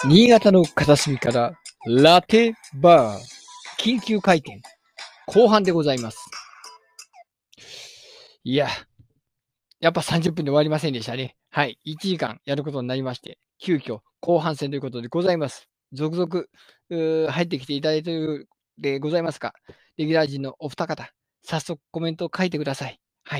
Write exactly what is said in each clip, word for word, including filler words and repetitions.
新潟の片隅からラテバー緊急開店後半でございます。いや、やっぱさんじゅっぷんで終わりませんでしたね。はい。いちじかんやることになりまして、急遽後半戦ということでございます。続々うー入ってきていただいているでございますが、レギュラー陣のお二方、早速コメントを書いてください。はい。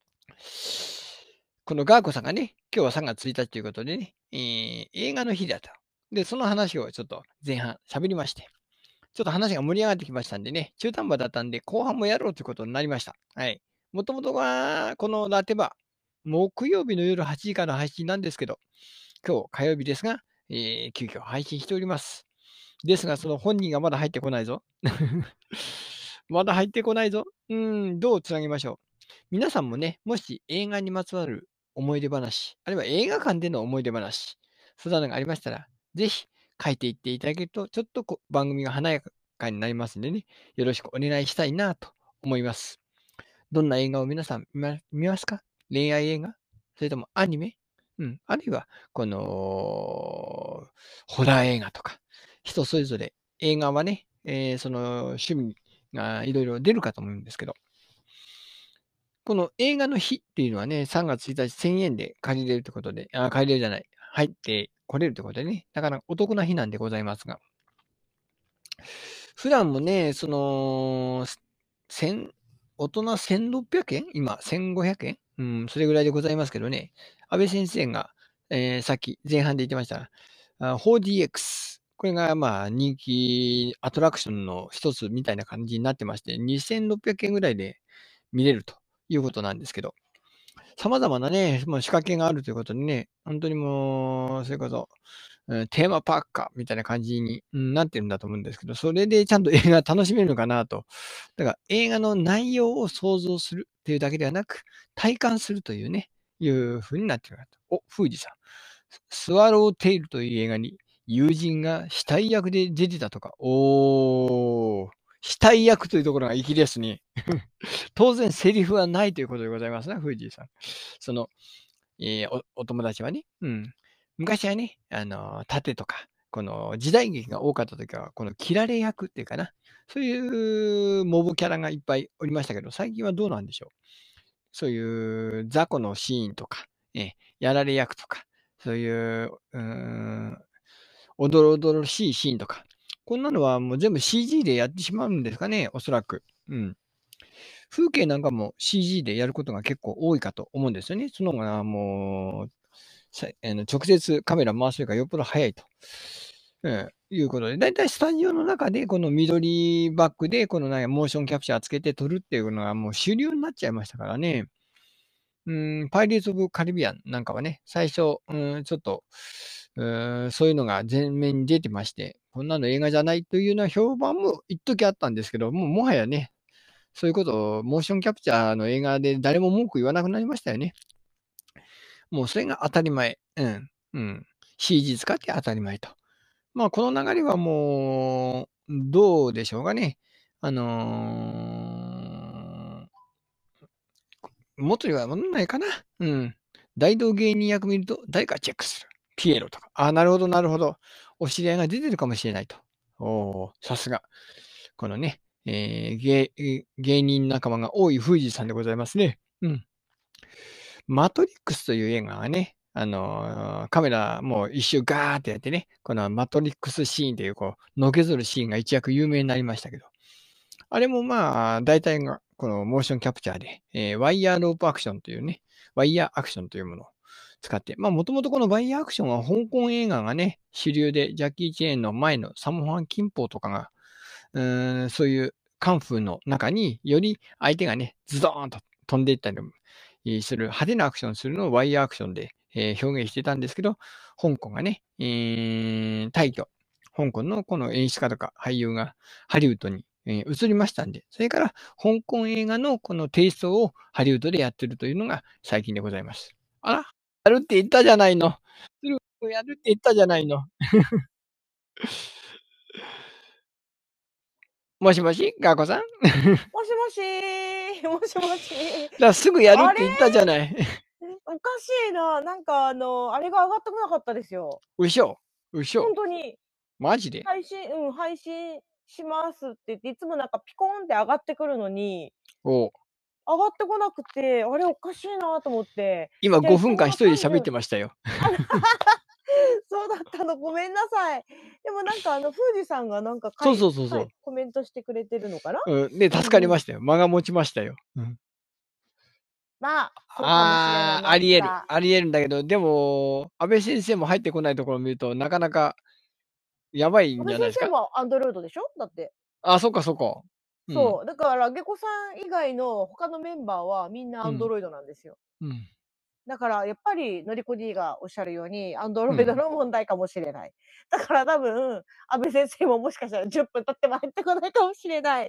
このガーコさんがね、今日はさんがつついたちということでね、えー映画の日だと。で、その話をちょっと前半喋りまして、ちょっと話が盛り上がってきましたんでね、中途半端だったんで、後半もやろうということになりました。はい。もともとは、このラテバ、木曜日の夜はちじから配信なんですけど、今日火曜日ですが、えー急遽配信しております。ですが、その本人がまだ入ってこないぞ。まだ入ってこないぞ。うーん、どうつなぎましょう。皆さんもね、もし映画にまつわる思い出話、あるいは映画館での思い出話、そんなのがありましたら、ぜひ書いていっていただけると、ちょっとこ番組が華やかになりますんでね、よろしくお願いしたいなと思います。どんな映画を皆さん見ま見ますか？恋愛映画？それともアニメ？うん、あるいは、この、ホラー映画とか、人それぞれ映画はね、えーその趣味がいろいろ出るかと思うんですけど、この映画の日っていうのはね、さんがつついたちせんえんで借りれるってことで、あ、借りれるじゃない、入ってこれるってことでね、なかなかお得な日なんでございますが、普段もね、その、千大人せんろっぴゃくえん今、せんごひゃくえんうん、それぐらいでございますけどね。安倍先生が、えーさっき前半で言ってました、あ フォーディーエックス。これがまあ人気アトラクションの一つみたいな感じになってまして、にせんろっぴゃくえんぐらいで見れるということなんですけど、様々なね、もう仕掛けがあるということでね、本当にもう、それこそ、うん、テーマパークかみたいな感じに、うん、なってるんだと思うんですけど、それでちゃんと映画楽しめるのかなと。だから映画の内容を想像するっていうだけではなく、体感するというね、いう風になってるかと。お、富士さん。スワローテイルという映画に友人が死体役で出てたとか。おー。死体役というところが粋ですね。当然セリフはないということでございますね、富士さん。その、えーおお友達はね、うん。昔はね、あの、盾とか、この時代劇が多かった時は、この切られ役っていうかな、そういうモブキャラがいっぱいおりましたけど、最近はどうなんでしょう。そういう雑魚のシーンとか、ええ、やられ役とか、そういう、うーん、おどろおどろしいシーンとか、こんなのはもう全部 シージー でやってしまうんですかね、おそらく。うん。風景なんかも シージー でやることが結構多いかと思うんですよね。その方がもう、さあの直接カメラ回すよりかよっぽど早いと。うん、いうことで、だいたいスタジオの中でこの緑バックでこのなんかモーションキャプチャーつけて撮るっていうのがもう主流になっちゃいましたからね。うん、パイレーツ・オブ・カリビアンなんかはね、最初、うん、ちょっと、うーん、そういうのが前面に出てまして、こんなの映画じゃないというような評判も一時あったんですけど、もうもはやね、そういうことをモーションキャプチャーの映画で誰も文句言わなくなりましたよね。もうそれが当たり前。うん。うん。シージー 使って当たり前と。まあ、この流れはもう、どうでしょうかね。あのー、元には戻んないかな。うん。大道芸人役見ると誰かチェックする。ピエロとか。あ、なるほど、なるほど。お知り合いが出てるかもしれないと。おー、さすが。このね、えー芸、芸人仲間が多い富士さんでございますね。うん。マトリックスという映画がね、あのーカメラもう一周ガーってやってね、このマトリックスシーンというこう、のけぞるシーンが一躍有名になりましたけど、あれもまあ、大体がこのモーションキャプチャーで、えーワイヤーロープアクションというね、ワイヤーアクションというものを使って、まあもともとこのワイヤーアクションは香港映画がね、主流で、ジャッキー・チェーンの前のサモハン・キンポーとかが、うーん、そういうカンフーの中により相手がね、ズドーンと飛んでいったりえする、派手なアクションするのをワイヤーアクションで、えー表現してたんですけど、香港がね、えー、大挙、香港のこの演出家とか俳優がハリウッドに、えー移りましたんで、それから香港映画のこのテイストをハリウッドでやってるというのが最近でございます。あら、やるって言ったじゃないの。すぐやるって言ったじゃないの。もしもし、ガーコさん。 もしもしー、もしもしー。 だすぐやるっあれて言ったじゃない。 おかしいな。なんかあの、あれが上がってこなかったですよ。 うしょ。 嘘。 ほんとに。 マジで？ 配信うん、配信しますって言って、いつもなんかピコーンって上がってくるのにお。 上がってこなくて、あれおかしいなと思って、 今じゃ、 ごふん間いつもの一人で喋っさんじゅうてましたよ。 あのそうだったの、ごめんなさい。でもなんかあの、ふうじさんがなんかかそういはい、 そうそうそう。 コメントしてくれてるのかな？ うん、で、助うんうん。 かりましたよ。間が持ちましたよ。うん。 まあ、そうかもしれない、 ああ、あまり得るた。 あり得るんだけど、でも、安倍先生も入ってこないところを見ると、なかなかやばい安倍んじゃないですか？ 先生もアンドロイドでしょ？だって。 あ、そっかそっか。うん。 そう、だからゲコさん以外の他のメンバーはみんなうん。 アンドロイドなんですよ。 うん。 だからやっぱりのりこ D がおっしゃるように、アンドロイドうん。 の問題かもしれない。だから多分、安倍先生ももしかしたらじゅっぷん経っても入ってこないかもしれない。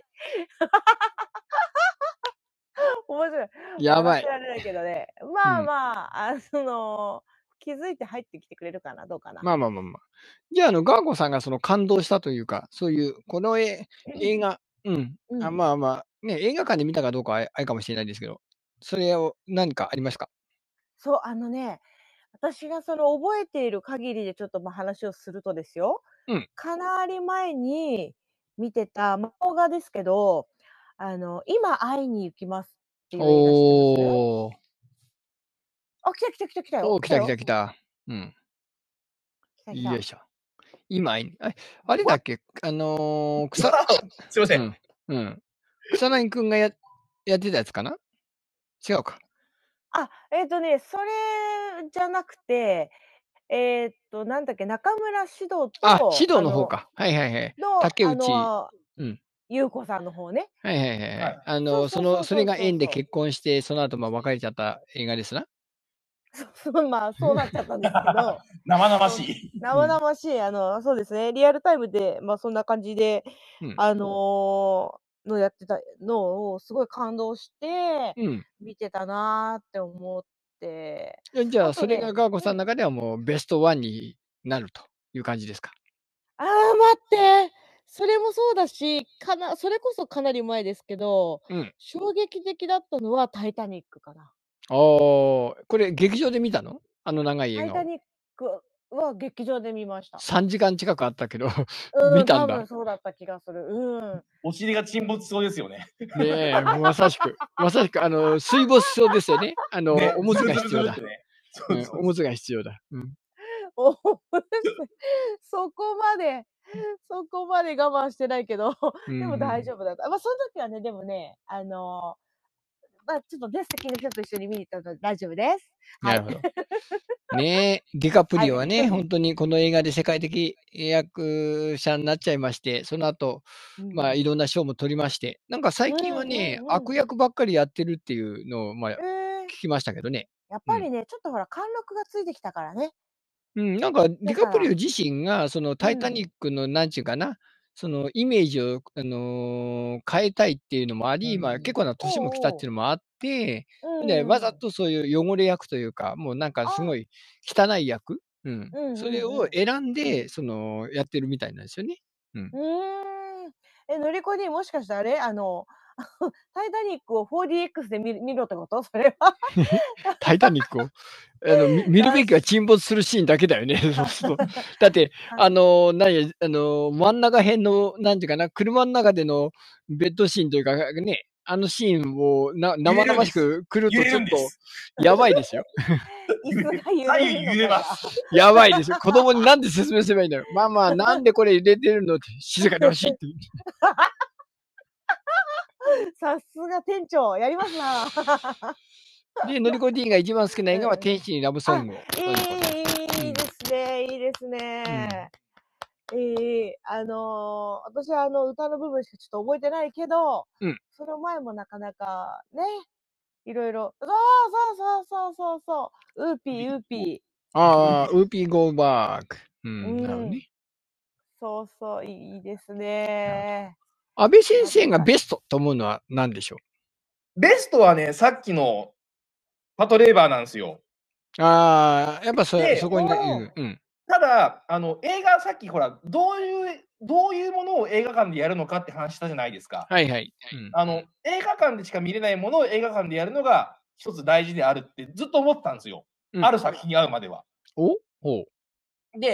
面白い。 やばい。 笑ってられないけどね。まあうん。 まあ、あ、その、気づいて入ってきてくれるかな、どうかな。 まあまあまあまあ。じゃあ、あの、ガーゴさんがその感動したというか、そういうこのえ映画うん、あ、 うん。 まあまあ、ね、映画館で見たかどうかはあれあれかもしれないですけど、それを何かありますか？ そう、あのね、私がその覚えている限りでちょっと、ま、話をするとですよ、 うん。 かなり前に見てた、ま、邦画ですけど、あの、今会いに行きますっていう映画知ってます？ おお。 あ、来た来た来た来たよおお、来た来来たよ。 た来た。うん。 来た来た。 よいしょ。今いえ、あれだっけ、あの、くさすいません。 うん、うん。草薙くんがややってたやつかな？違うか。 あ、えっとね、それじゃなくて、えっと、なんだっけ、中村獅童あ、 と、 獅童あのの方か。はいはいはい。 の、 竹あ内の、 うん。 優子さんの方ね。 はいはいはいはい。 はい。 あの、そそうそうそのそれうそうが縁でそうそう。 結婚して、その後、ま、別れちゃった映画ですな。 そそう、まあ、そうなっちゃったんですけど、 生々 そう、 しい。 生うん。 々しい、あの、そうですね、リアルタイムで、ま、そんな感じで、 うん。 あの、のやってたのをすごい感動してうん。 見てたなって思って。 え、じゃあ、それがあとねガーゴさんうん。 中ではもうベストワンになるという感じですか？ ああ、待って、それもそうだし、かなそれこそかなり前ですけど、 うん。 衝撃的だったのはタイタニックかな。 ああ、これ劇場で見たの？あの長い映画を。 タイタニックは劇場で見ました。 さんじかん近くあったけど、 うん、 見たんだ。 多分そうだった気がする。うん。 お尻が沈没しそうですよね。 ねえ、まさしく。まさしくあの、水没しそうですよね。あの、 ね、 おむつズルズルが必要だ。 ズルってね。そうん、 うそうそう。 おむつが必要だ。うん。 おむつ、そこまでそこまで我慢してないけど、 うん、 でもふんふん。 大丈夫だった。ま、そん時はね、でもね、あの、ま、ちょっとね、素敵な人と一緒に見に行ったので大丈夫です。はい。 なるほど。ねえ、ディカプはい。 リオはね、ほんとにこの映画で世界的役者になっちゃいまして、その後、まあ、 うん。 いろんな賞も取りまして、なんか最近はうんうね、 んうん。 悪役ばっかりやってるっていうのを、ま、 ええ。 聞きましたけどね。うん。 やっぱりね、ちょっとほら貫禄がついてきたからね。 うん、なんかディカプリオだから自身がそのタイタうん。 ニックのなんちゅうかな、そのイメージをあの、変えたいっていうのもあり、まあ、結うん。 構なお年も来たっおおお。 ていうのもあって、 うんで、わーん。 ざとそういう汚れ役というか、もうなんかすあ。 ごい汚い役、うん、 うんそれうんうん。 を選んで、その、やってるみたいなんですよね。うん。 うーん。え、のりこ D もしかしてあれ、あの、タイタニックを フォーディーエックス で見る見ろってこと？それは。 タイタニックを、あの、み見るべきは沈没するシーンだけだよね、そうすると。だって、 はあの、なに、あの、真ん中辺のなんていうかな、車ん中でのベッドシーンというか、がね、あのシーンをな揺生々しれるんです。 く来る揺とちょっとれるんです。 やばいですよ。 椅子揺れが揺れ左右揺れるのかな。 ます。 やばいですよ。子供になんで説明すればいいんだよ。ママなんでこれ入れてるのって、静かに欲しいって。 さすが店長、やりますな。 で、のりこ D が一番好きな映画はうんうん。 天使にラブソあ、 ングをということで。 いい、いいでうん。 すねいいですうん。 ね。いいいい。あの、私はあの歌の部分しかちょっと覚えてないけど、 うん。 その前もなかなかね、いろいろそうそうそうそうそうそう、ウーピーウーピー。 ああ、ウーピーゴールバーグ。ううん、なるほどん。 ね。 そうそう、いいですなるほど。 ね。 安倍先生が懐かベストと思うのは何でしょう？ ベストはね、さっきのパトレイバーなんすよ。 ああ、やっぱそで、 そこにねうん、うん。 ただ、あの、映画さっきほら、どういうどういうものを映画館でやるのかって話したじゃないですか。 はいはい。うん。 あの、映画館でしか見れないものを映画館でやるのが一つ大事であるってずっと思ってたんすよ。 うん。 ある作品に会うまでは。 お、ほう。 で、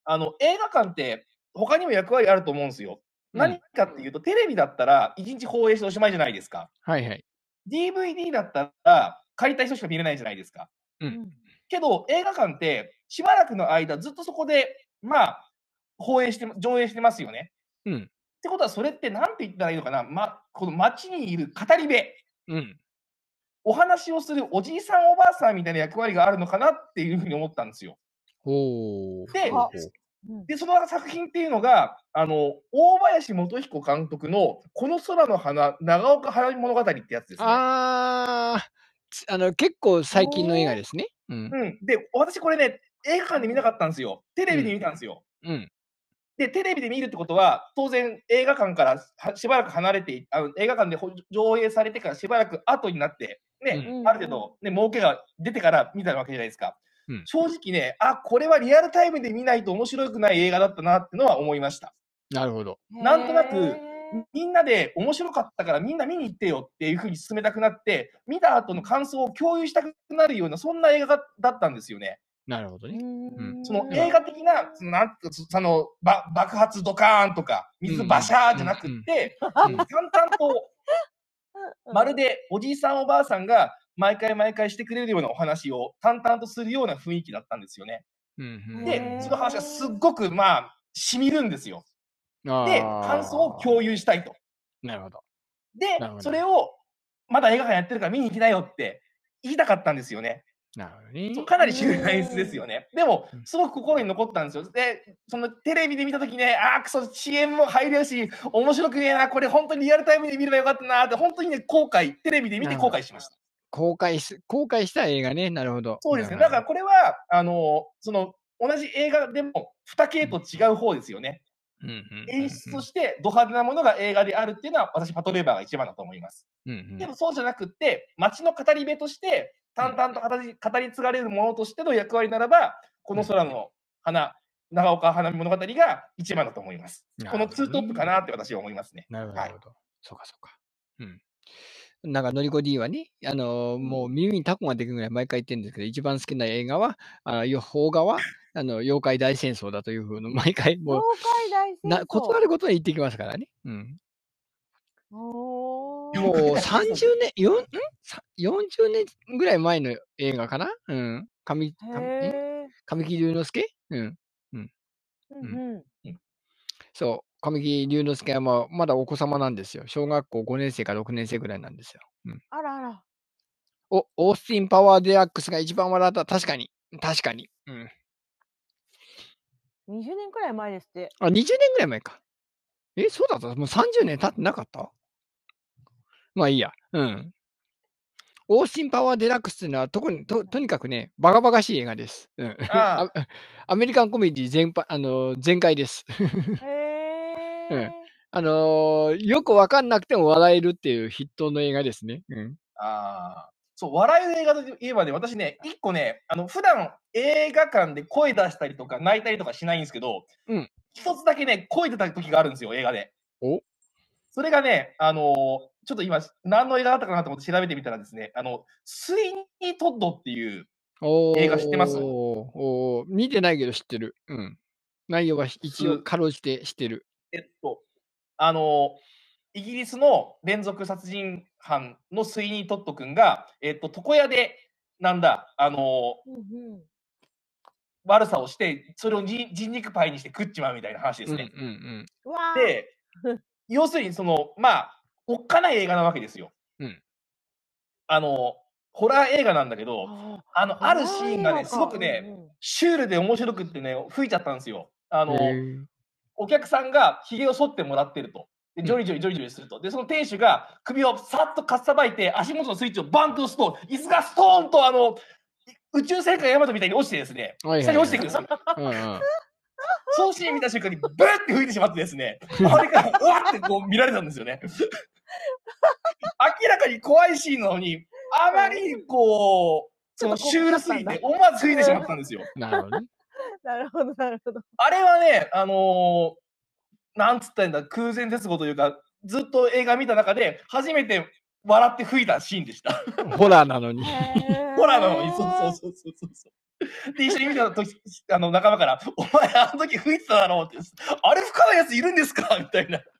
あの、映画館って他にも役割あると思うんすよ。 うん。 何かっていうと、テレビだったらいちにち放映しておしまいじゃないですか。 はいはい。 ディーブイディー だったら、借りた人しか見れないじゃないですか。 う。 うんん。 けど、映画館ってしばらくの間ずっとそこで、まあ、放映して上映してますよね。 うん。 ってことはそれって何て言ったらいいのかな、ま、この街にいる語り部。 うん。 お話をするおじいさんおばあさんみたいな役割があるのかなっていう風に思ったんですよ。 ほう。 で、 ほうほう。 うん。 で、その作品っていうのが、あの、大林素彦監督のこの空の花長岡花火物語ってやつですね。 ああ、つあの、結構最近の映画おお。 ですね。うん。 うん。で、私これね、映画館で見なかったんすよ。テレビでうん。 見たんすよ。 うん。 で、テレビで見るってことは、当然映画館からはしばらく離れていあの、映画館でほ上映されてからしばらく後になって、ね、 うん。 うんうん。 ある程度ね、儲けが出てから見たわけじゃないですか。 うん。 正直ね、あ、これはリアルタイムで見ないと面白くない映画だったなってのは思いました。 なるほど。 なんとなく、 へえ。 みんなで面白かったからみんな見に行ってよっていう風に勧めたくなって、見た後の感想を共有したくなるような、そんな映画がだったんですよね。 なるほどうね。うん。 そのでは映画的な、そのなんてその、ば爆発ドカーンとか、 うんうん。 水バシャーじゃなくっうんうん。 て、 うん。 淡々と、まるでおじいさんおばあさんが毎回毎回してくれるようなお話を淡々とするような雰囲気だったんですよね。 うん、ふんふんで、 ふん。 その話がすっごく、まあ、染みるんですよ。で、感想をあ共有したいと。 あ。なるほど。 で、 なるほどそれをまだ映画館やってるから見に行きなよって言いたかったんですよね。 なるほどそう、 ね。 かなうりシュールな演出ですーん。 よね。でも、 うん。 すごく心に残ったんですよ。で、そのテレビで見た時ね、ああ、くそ、シーエム も入れるし、面白くねえな、これほんとにリアルタイムで見ればよかったなって、ほんとにね、後悔テレビで見てなるほど。 後悔しました。 公開す後悔した映画ね。なるほど。 そうですね。 なるほど。 だからこれは、あの、その、同じ映画でもに系うん。 と違う方ですよね。 うん、ふんふ演んふん。 出としてド派手なものが映画であるっていうのは、私パトレーバーが一番だと思います。 うん、ふん。 けどそうじゃなくって、街の語り部としてうん。 淡々と語り語り継がれるものとしての役割ならば、このうん。 空の花長岡花火物語が一番だと思います。このなるほどツートップかね。 なって私は思いますね。 なるほどは。 ないるほど。そうかそうか。うん。なんかのりこ D はね、あの、 うん。 もう耳にタコができるぐらい毎回言ってんですけど、一番好きな映画は、あ、よ邦画は、あの、妖怪大戦争だという風の毎回もう、 妖怪大戦なこと争。 あるごとに言ってきますからね。うん。 お妖怪もう大戦争さんじゅうねん、よんん？さよんじゅうねんぐらい前の映画かな。うん。かみへかん、ん？ え。 神木隆之介？うん。うん。 うんうん。 うん。 うん。 そう、神木隆之介は、ままだお子様なんですよ。小学校ごねんせいかろくねんせいぐらいなんですよ。うん。 あらあら。 お、オースティン・パワーデラックスが一番笑った。確かに。確かに。うん。 にじゅうねんくらい前ですって。 あ、にじゅうねんぐらい前か。え、そうだった？もうさんじゅうねん経ってなかった？まあいいや。うん。オースティン・パワーデラックスっていうのは、とこにととにかくね、バカバカしい映画です。うん。あ、 ああ。 あ、アメリカンコメディ全般あの、全開です。 へうん。 え。 あの、よくわかんなくても笑えるっていう筆頭の映画ですね。うん。 ああ。そう、笑える映画といえばね、私ね、いっこね、あの、普段映画館で声出したりとか泣いたりとかしないんすけど、 うん。 ひとつだけね、声出た時があるんすよ、映画で。 お。そそれがね、あの、ちょっと今、何の映画だったかなと思って調べてみたらですね、あの、スイニー・トッドっていう映画知ってます？ おお、おお、見てないけど知ってる。うん。内容は一応す辛うじて知ってる。 えっと、あの、イギリスの連続殺人犯のスイニー・トッド君が、えっと、床屋で、なんだ、あのうんうん。 悪さをして、それをじ人肉パイにして食っちまうみたいな話ですね。 うんうんうん。 わあ。 で、要するにその、まあ、おっかない映画なわけですよ。 うん。 あの、ホラー映画なんだけど、 ああの、 あ、 あホラーるシーンがね、すご映画か。うんくね、 うん。 シュールで面白くってね、吹いちゃったんすよ。あへの、 え。 お客さんが髭を剃ってもらってると。で、 うん。 ジョリジョリジョリジョリすると。で、その店主が首をさっとかっさばいて、足元のスイッチをバンと押すと、椅子がストーンとあの、い宇宙戦艦ヤマトみたいに落ちてですね、下にはいはいはい。 落ちてくるんすよ。 うんうん。 そのシーン見た瞬間にブーって吹いてしまってですね、周りからうわってこう見られたんですよね。明らかに怖いシーンなのに、あまりにこう、そのシュールすぎて思わず吹いてしまったんですよ。 なるほどね。 なるほどなるほど。 あれはね、あの、なんつったらいいんだ、空前絶後というか、ずっと映画見た中で初めて笑って吹いたシーンでした。 ホラーなのに。 へホラーなのに、そうそうえ。 そうそうそうそう。 で、一緒に見た時、あの、仲間から、お前あの時吹いてただろうって、あれ吹かないやついるんですかみたいな。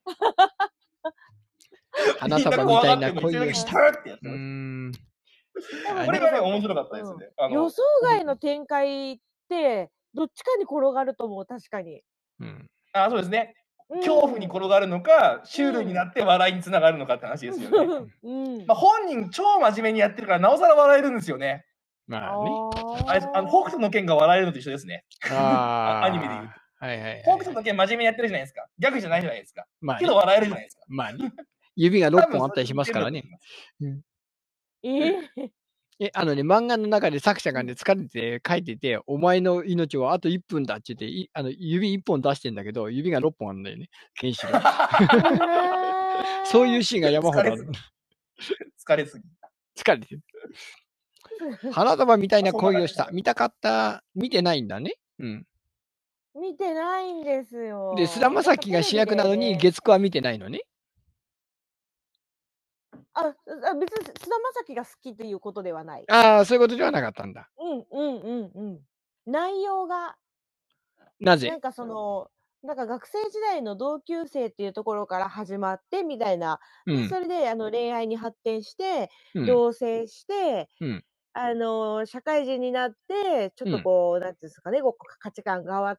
花みんな束みたいな怖がってんのに、一人だけシ恋をした。 ャーってやってうーました。 ん。 でもあね。 これがね、 なんかそ面白かったですうん。 ね。あの、 予想外の展開って、どっちかに転がると思う、確かに。 うん。 あ、そうですね。 う恐怖にん。 転がるのか、シュールにうん。 なって笑いに繋がるのかって話ですよね。 うん。 ま、本人超真面目にやってるから、なおさら笑えるんですよね。 まあね。 あれです、あの、北あ斗の拳が笑えるのと一緒ですね。あ、アニメで言うと。 ああ、はいはいはい北はい。 斗の拳真面目にやってるじゃないですか。ギャグじゃないじゃないですか。 まあね。 けど笑えるじゃないですか。 まあね。指がろっ多分それぽんあったりしと似てんだとますからね。 思います。 うん。 ええ。 え、あのね、漫画の中で作者がね、 うん。 疲れて書いてて、お前の命はあといっぷんだっちゅって、いあの、指いっぽん出してんだけど、指がろっぽんあんだよね、ケンシロウ。そういうへえ。 シーンが山ほどある。 疲れすぎ。疲れすぎ。 疲れてる。花束みたいま、 なそんな恋をした。 感じですよ。 見たかった。見てないんだね。うん。 見てないんですで、菅よ。 田将なんかテ暉が主役なレビでのに、 ね。 月くは見てないのね。 あ、うあ、別に菅田将暉が好きっていうことではない。 ああ、そういうことではなかったんだ。 うんうんうんうん。内容がなぜ？ なんかその、なんか学生時代の同級生っていうところから始まってみたいな。で、 うん。 それであの恋愛に発展して、 うん。 同棲して、 うん。 あの、社会人になって、ちょっうん。 とこう、なんていうんですかね、こう、か価値観が変わって、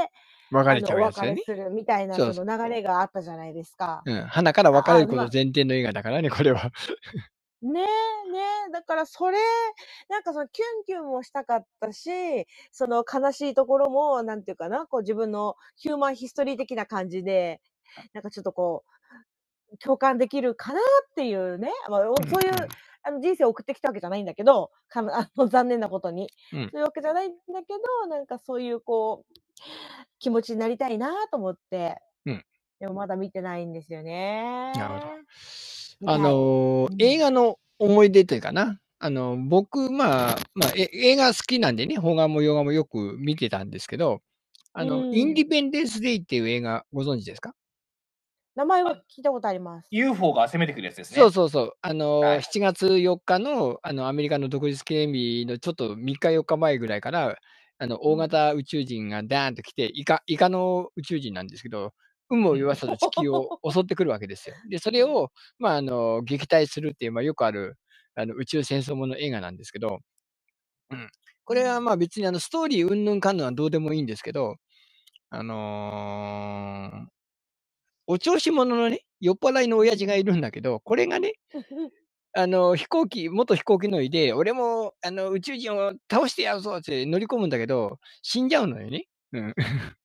あの、 別れちゃおうやつだよね。 別れするみたいなそうそその流れがあったじゃないですか。 う。うん、はなから別ああ、 れることま前提の映画だからね、これは。 ねえ、ねえ、だからそれ、なんかそのキュンキュンもしたかったし、その悲しいところも、なんていうかな、こう自分のヒューマンヒストリー的な感じで、なんかちょっとこう、共感できるかなっていうね、まあ、おうんそういううん。 あの人生を送ってきたわけじゃないんだけど、かのあの残念なことに。 うん。 そういうわけじゃないんだけど、なんかそういうこう、気持ちになりたいなと思って、 うん。 でもまだ見てないんですよなるほど。 ね。見あたい。 の、 うん。 映画の思い出というかな、あの、僕、まあ、まあ、え映画好きなんでね、邦画も洋画もよく見てたんですけど、あうの、インデん。 ィペンデンス・デイっていう映画ご存知ですか？ 名前はあ、 聞いたことあります。 ユーフォー が攻めてくるやつですそうね。 そうそう。あの、 はい。 しちがつよっかの、あの、アメリカの独立記念日のちょっとみっかよっかまえぐらいから、あの、大うん。 型宇宙人がダーンと来て、イカイカの宇宙人なんですけど、有無をうん。 言わさず地球を襲ってくるわけですよ。で、それを、まあ、あの、撃退するっていう、まあ、よくある、あの、宇宙戦争もの映画なんですけど、うん。これは、 うん。 まあ、別にあの、ストーリー云々かんぬんはどうでもいいんですけど、あの、お調子者のね、酔っ払いの親父がいるんだけど、これがね、あの、飛行機元飛行機乗りで、俺もあの、宇宙人を倒してやるぞって乗り込むんだけど、死んじゃうのよね。うん。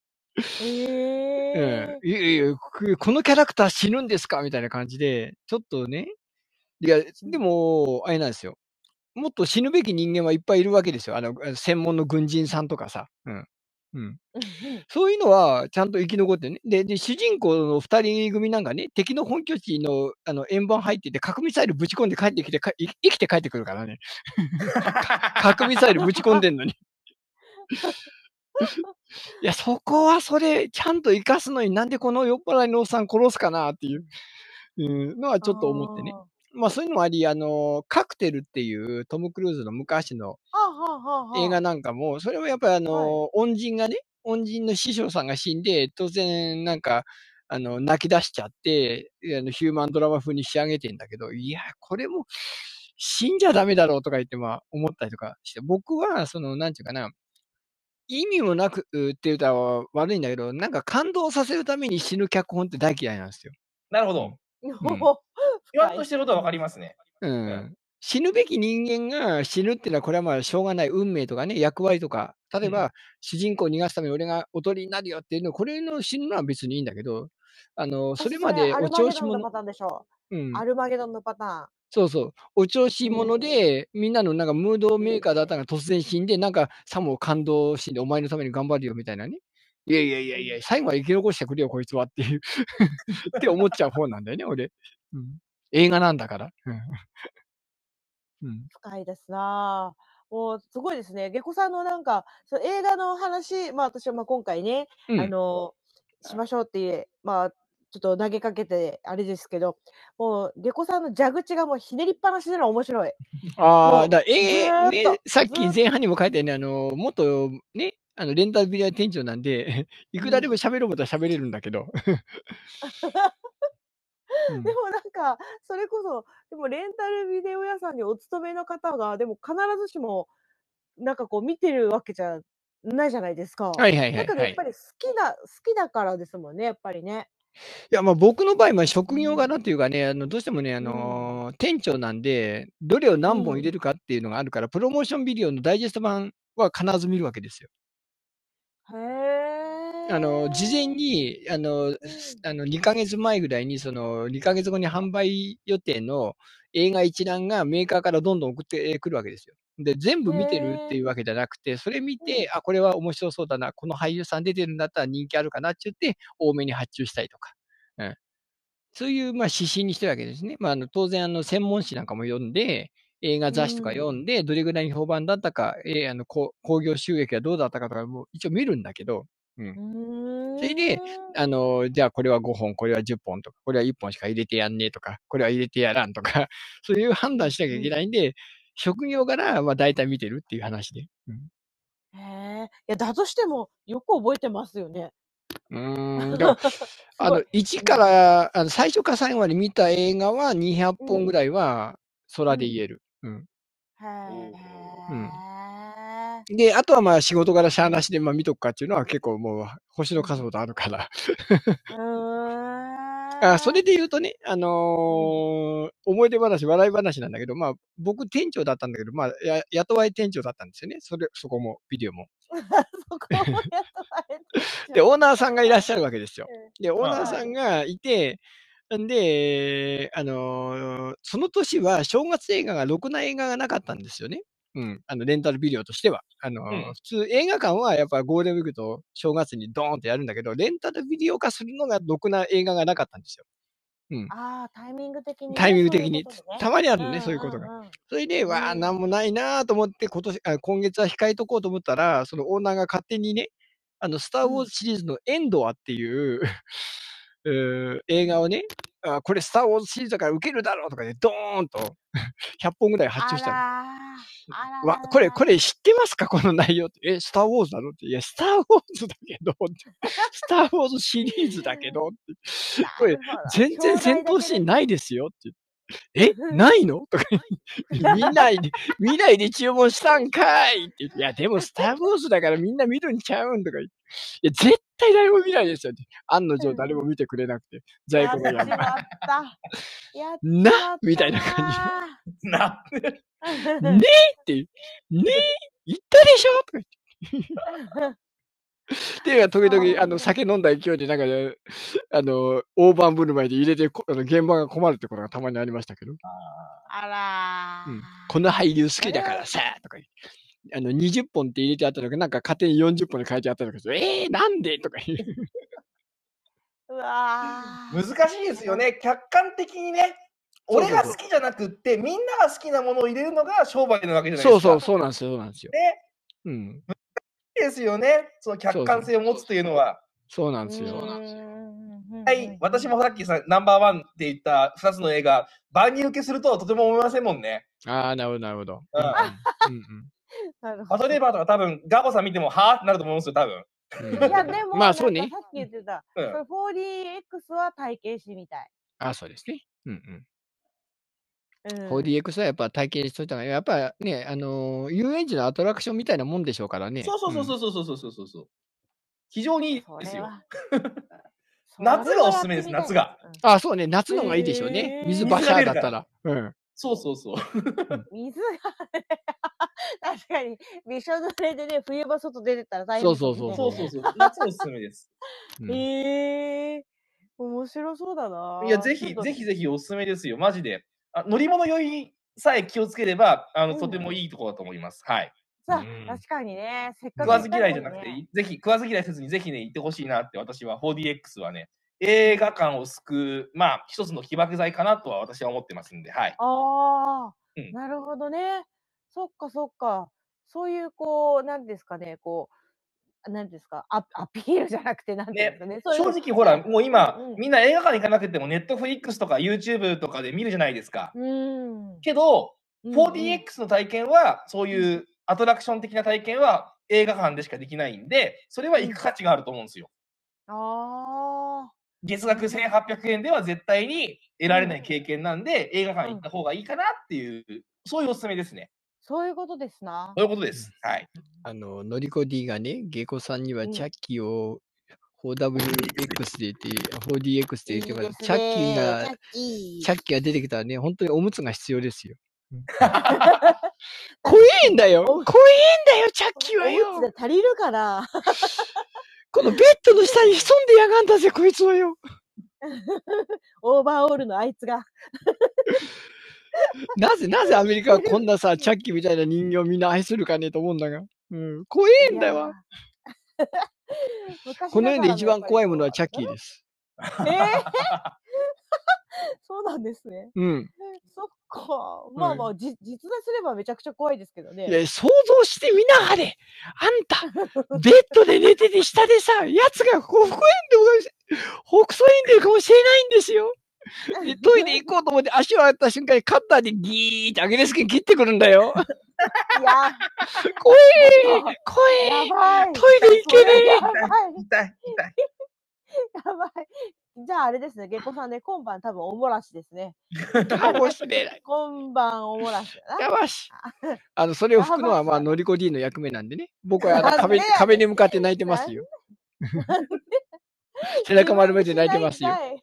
うん。 ええ。 いやいや、くこのキャラクター死ぬんですかみたいな感じで、ちょっとね、いや、でうん。 も、あれなんですよ。もっと死ぬべき人間はいっぱいいるわけですよ。あの、あ、専門の軍人さんとかさ。うん。うん。そういうのはちゃんと生き残ってね。でで、主人公のふたり組なんかね、敵の本拠地のあの、円盤入ってて、核ミサイルぶち込んで帰ってきて、かい生きて帰ってくるからね。か核ミサイルぶち込んでんのに。いや、そこはそれ、ちゃんと生かすのに、なんでこの酔っ払いのおっさん殺すかなっていう、うん、のはあちょっと思ってね。 あ。 ま、そういうのもあり、あの、カクテルっていうトム・クルーズの昔のはあはあはあはあ。 映画なんかも、それはやっぱりあはい。 の、恩人がね、恩人の師匠さんが死んで、突然なんか、あの、泣き出しちゃって、いやあの、ヒューマンドラマ風に仕上げてんだけど、いや、これも死んじゃダメだろうとか言って、ま、思ったりとかして、僕はその、なんちゅうかな、意味もなくうって言うたら悪いんだけど、なんか感動させるために死ぬ脚本って大嫌いなんすよ。うん。 なるほど。 うん。 言わん深い。 としてることは分かうん。 りますね。 ううん。 ん。死ぬべき人間が死ぬってのは、これはまあ、しょうがない、運命とかね、役割とか、例うん。 えば、主人公を逃がすために俺がおとりになるよっていうの、これの死ぬのは別にいいんだけど、あの、そ私れそれアルまでおマゲドンの調子者パターンでしょ。 うん。 アルマゲドンのパターン。 そうそう。お調子うん。 者で、みんなのなんかムードメーカーだったのが突然死んで、なんかさも感動して、お前のために頑張るよみたいなね。いやいやいやいや、 うん。 最後まで生き残してくれよ、こいつはっていう、って思っちゃう方なんだよね、俺。うん。映画なんだから。うん。うん。 深いですな。もうすごいですね。ゲコさんのなんか、そ映画の話、まあ、私は、ま、今回ね、あうん。 の、しましょうって、まあちょっと投げかけてあれですけど、もう下戸さんの蛇口がもうひねりっぱなしなの面白い。 ああ、 もだ、 うずええ、ね、 ーっと、 さっきずーっと。 前半にも書いたよね、あの、元ね、あの、レンタルビデオ屋店長なんで、いうくらでもん。 喋ろう思ったら喋れるんだけど。うでん。 もなんか、それこそ、でもレンタルビデオ屋さんにお勤めの方が、でも必ずしも、なんかこう見てるわけじゃないじゃないですか。 はいはいはいはい。 だけどやっぱり好きだ好きだからですもんね、やっぱりね。 いや、ま、僕の場合、ま、 う職業柄ん。 っていうかね、あの、どうしてもね、あうん。 の、店長なんで、どれをう何本入れん。 るかっていうのがあるから、プロモーションビデオのダイジェスト版は必ず見るわけですよ。 へあの、事前え。 に、あの、 うん。 すあの、にかげつまえぐらいに、その、にかげつごに販売予定の映画一覧がメーカーからどんどん送ってくるわけですよ。で、全部へ見てるってえ。 いうわけじゃなくて、それ見うん。 て、あ、これは面白そうだな、この俳優さん出てるんだったら人気あるかなっちゅって、多めに発注したりとか。うん。そういう、ま、指針にしてるわけですね。ま、あの、当然、あの、専門誌なんかも読んで、映画う雑誌とか読ん。 んで、どれぐらい評判だったか、ええ、あの、こう興行収益はどうだったかとかも一応見るんだけど、うん。 うそれで、 ーん。 あの、じゃあこれはごほん、これはじゅっぽんとか、これはいっぽんしか入れてやんねえとか、これは入れてやらんとか、そういう判断しなきゃいけうん。 ないんで、職業柄、ま、大体見てるっていう話で。うん。 へえ。いや、だとしても、よく覚えてますよね。 うーん、だすごい。 あの、いちかうん。 ら、あの、最初から最後まで見た映画はにひゃっうん。 ぽんぐらいは、空うん。 で言える。うん。 へおうん。 え。 で、あとは、ま、仕事柄しゃあなしで、ま、見とくかっていうのは結構もう星のうん。 数ほどあるから。 うあ、そーん。 れで言うとね、あうん。 の、思い出話、笑い話なんだけど、まあ、僕店長だったんだけど、まあ、や雇われ店長だったんですよね。それそこも、ビデオも。 そこも雇われ店で、 長。 オーナーさんがいらっしゃるわけですよ。 うん。 で、オーナーああ。 はい。 さんがいて、んで、あの、その年は正月映画がろくな映画がなかったんですよね。うん、あの、レンタルビデオとしては。あの、 うん。 普通映画館はやっぱゴールデンウィークと正月にドーンとやるんだけど、レンタルビデオ化するのがろくな映画がなかったんですよ。うん。 ああ、タイミング的にタイね、そういうミング的に。 ことでね。 たまにあうんるね、そういうことが。 うんそれで、わあ、 うん。うん。 なんもないなと思って、今年あ、今月は控えとこうと思ったら、そのオーナーが勝手にね、あの、スター・ウォーうん。 ズシリーズのエンドアっていう、うー映画をね、あ、これスター・ウォーズシリーズだから受けるだろうとかでドーンとひゃっぽんぐらい発注あしたの。 ら、あらわ、 らこれこらら。 れ知ってますか？この内容って。え、スター・ウォーズだろって。いや、スター・ウォーズだけどって。スター・ウォーズシリーズだけどって。これなるほど。 全然兄戦弟だけね。 闘シーンないですよって。え、ないの？とか見ないで見ないで注文したんかいって言って、いや、でもスター・ウォーズだからみんな見るんちゃうんとか言って、いや、絶対誰も見ないですよって。案の定誰も見てくれなくて、在やっ庫がやんちまった。やっな！ ちまったみたいな感じの。 な。 なねって、ね言ったでしょとか言って。っていうか、時々、あの、 そうか。 酒飲んだ勢いで、なんかね、あの、大盤振る舞いで入れて、こあの、現場が困るってことがたまにありましたけど。 ああうん。このら。 俳優好きだからそれはさとか言って、あの、にじゅっぽんって入れてあったのが、なんか勝手によんじゅっぽんに変えてあったりとかして、ええ、なんでとか言う。 うわ。 難しいですよね。客観的にね、俺そうそうそう。 が好きじゃなくって、みんなが好きなものを入れるのが商売なわけじゃないでそうそう、 すか。 そうなんすよそうなんすよ。 ね。 うん。 ですよね。その客そうそう。 観性を持つというのは。 そうなんうすよ。 ーん。ふはい、 んふんふん。 私もさっきさナンバーワンって言ったふたつの映画、万人受けするとはとても思いませんもんね。 ああ、なるほどなるほど。 うん。 うんうん。うんうん。 なるほパトレーど。 バーとか多分、ガボさん見ても、はあってなると思うんですよ、多分。 ういや、でん。 も、 まあ、そうね。 なんかさっきうん。 言ってた、 うん。 それ フォーディーエックス は体験してみたい。 あ、そうですね。うんうん。 うん。 フォーディーエックス はやっぱ体験しといた方が、やっぱね、あの、遊園地のアトラクションみたいなもんでしょうからね。 そうそうそううん。 そうそうそうそうそうそう。非常にいいですよ。 それはそ夏がれはやっおすすめです、 てみたいです。 夏が。 うん。 あ、そうね、夏のがいいでしょうね。水バ水シが出るから。 ャーだったら。うん。 そうそうそう。 うん。 水がね、確かに、びしょ濡れでね、冬場外出てったら大変そうですもんね。 そうそうそうそそうそうそう。夏おすすめです。 う。うん。 ええ、面白そうだいや、 な。 ぜひ、 ちょっとぜひぜひおすすめですよ、マジで。あ、乗り物酔いさえ気をつければ、あの、とうん。 てもいいところだと思います。はい。 うーさあ、 ん。 確かにね、せっかく行った食わず嫌いじゃのにね。 なくていい、ぜひ食わず嫌いせずにぜひね、行ってほしいなって私は フォーディーエックス はね、映画館を救う、まあ、一つの起爆剤かなとは私は思ってますんで、はい。 ああ、 うん。 なるほどね。そっかそっか。そういうこう、なんですかね、こうなんですか、アアピールじゃなくて、なんていうんですかね、そういう正直ほら、もう今、 うんうんみんな映画館に行かなくても、ネットフリックスとか YouTube とかで見るじゃないですか。 うーん。 けど、 うんうん。 フォーディーエックス の体験は、そううん。 いうアトラクション的な体験は映画館でしかできないんで、それは行くうん。 価値があると思うんですよ。 ああ。 月額なるほど。 せんはっぴゃくえんでは絶対に得られうん。 ない経験なんで、映画館うん。 行った方がいいかなっていう、そういうお勧めですね。 そういうことですな。 そういうことでうん。 す。はい。 あの、のりこ D がね、芸妓さんにはうん。 チャッキーを フォーダブリューエックス で言って、フォーディーエックス で言ってから、 いいですチャッキーね。チがャッキー。 チャッキーが出てきたらね、ほんとにおむつが必要ですよ。うん。怖確かに。 えんだよ。 おむ怖えんだよ、チャッキーはおむつよ。 で足りるかな。 このベッドの下に潜んでやがんだぜ、こいつはよ。 オーバーオールのあいつが。 なぜなぜアメリカは知ってる。 こんなさ、チャッキーみたいな人間をみんな愛するかねと思うんだが。うん、怖いえんだわ。 や。昔この世で一ながらのやっぱり番怖いものはこう、 チャッキーです。 ええ！そうなんですね。 うん。 そっか。まあまあ、 はい。 じ実在すればめちゃくちゃ怖いですけどいね。 や、想像してみなはれ。あんた、ベッドで寝てて下でさ、奴がこう、微笑んでほくそ笑んでるかもしれないんですよ。で、トイレ行こうと思って足を洗った瞬間にカッターでギーってアゲレス腱切ってくるんだよ。 いや。 怖えちょっと、 怖やえばい。 トイレ行それけねやばい。 痛い、痛い。 やばい。じゃああれですね、芸妓さんね、今晩多分おもらしですね。 かもしれない。 今晩おもらしだな。 やばし。あの、それをや拭くのは、まあ、 ばしだな。 のりこ D の役目なんでね。僕はあのなん壁でやね壁に向かって泣いてん。 ますよ。 なんで背中自丸めて分にしない泣いてますよ。 んかい。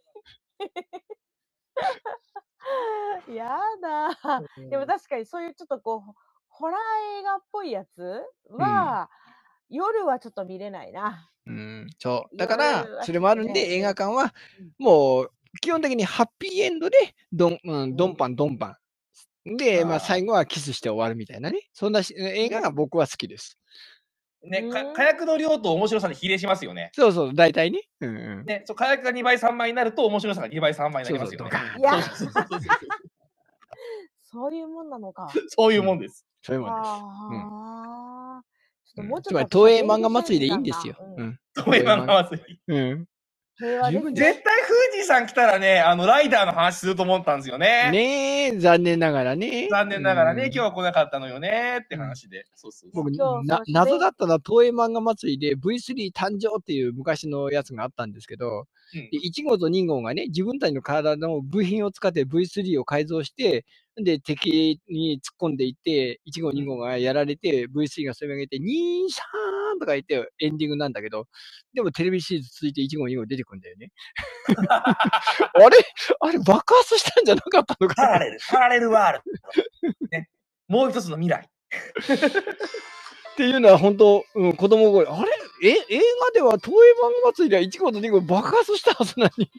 やだ。でもうん。 確かにそういうちょっとこう、ホラー映画っぽいやつうん。 は、夜はちょっと見れないな。 うん、そう。だから、 夜はそちょっとね、 れもあるんで、映見れない。 画館はうん。 もう基本的にハッピーエンドで、ドンうん、 うん。 ドンパンドンパン。で、まあ、 ああ。 最後はキスして終わるみたいなね。そんなし映画がうん。 僕は好きです。 うね、か火ーん。 薬の量と面白さに比例しますよね。 そうそう、大体ね。うんうん。 ね、そう、火薬がにばい、さんばいになると面白さがにばい、さんばいになそうそう、 りますよね。 ドカーンいや。 そうそうそうそうそう。 そういうもんなのか。 そういううん。 もんです。 そういうもんです。うん。 はあ。ちょっとうん。 もうちょつまりっと私は東映漫画勉強したい祭りでいいんで時間が。 すよ。 うん。 うん。 東映東映漫漫画祭り。 うん。 平和です十分です。 ね。 絶対富士山来たらね、あのライダーの話すると思ったんですよね。 ねえ、残念ながらね。 残う念ながらね、今日ん。 は来なかったのよねってうん。 話で。そうそういや、 そう。 僕、 今日そなの自然謎だったのは東映漫画祭りで ブイスリー 誕生っていう昔のやつがあったんですけど、 うん。 で、いち号とに号がね、自分たちの体の部品を使って ブイスリー を改造して、んで、敵に突っ込んでいって、いち号、 うん。 に号がやられて、ブイスリー がそれを上げて、にーさーんとか言ってエンディングなんだけど、でもテレビシリーズ続いていち号、に号出てくんだよね。あれあれ爆発したんじゃなかったのかな。 パラレル、パラレルワールド。ね。もう一つの未来。 っていうのは本当、うん、子供声、あれえ、映画では東映漫画祭りはいち号とに号爆発したはずなのに。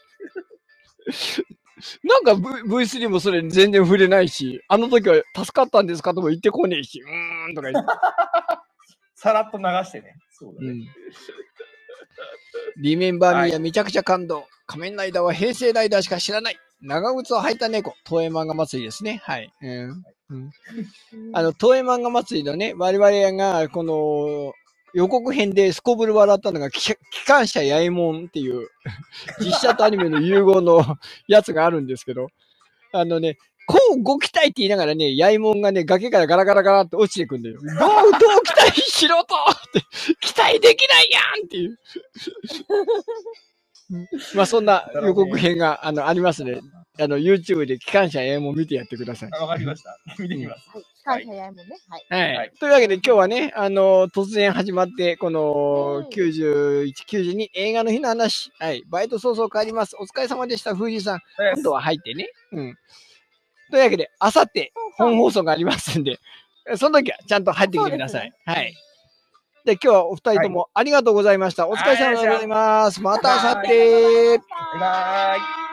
なんか、v、ブイスリー もそれ全然触れないし、あの時は助かったんですかとも言ってこねえし、うーんとか言って。 さらっと流してね。そうだね。 うん。リメンバーはい。 ミーやめちゃくちゃ感動。仮面ライダーは平成ライダーしか知らない。長靴を履いた猫。東映漫画祭りですね。はい。うん。うん、 うあの、 ん。 東映漫画祭りのね、我々が、この、予告編ですこぶる笑ったのが、き機関車ヤエモンっていう、実写とアニメの融合のやつがあるんですけど、あのね、こうご期待って言いながらね、ヤイモンがね、崖からガラガラガラって落ちていくんだよ。どう、どう期待しろとって、期待できないやんっていう。まあそんな予告編があのありますね。あの YouTube で機関車ヤイモン見てやってください。 わかりました。見てみます。 はい。機関車ヤイモンね。はい。 はい。 はい。 というわけで今日はね、あの、突然始まって、このうん。 きゅうじゅういち、きゅうじゅうに映画の日の話。はい。バイト早々帰ります。お疲れ様でした、藤井さん。 で今度はす。 入ってね。うん。というわけで、あさってそうか。 本放送がありますんで、その時はちゃんと入ってきそうですてください。 ね。 はい。 うん。 で、今日はお二人はい。 ともありがとうございました。お疲れはい、 様でございよっしゃ。 ます。またあさっはーい。 て。 ありがとうございましバイバーイ。 た。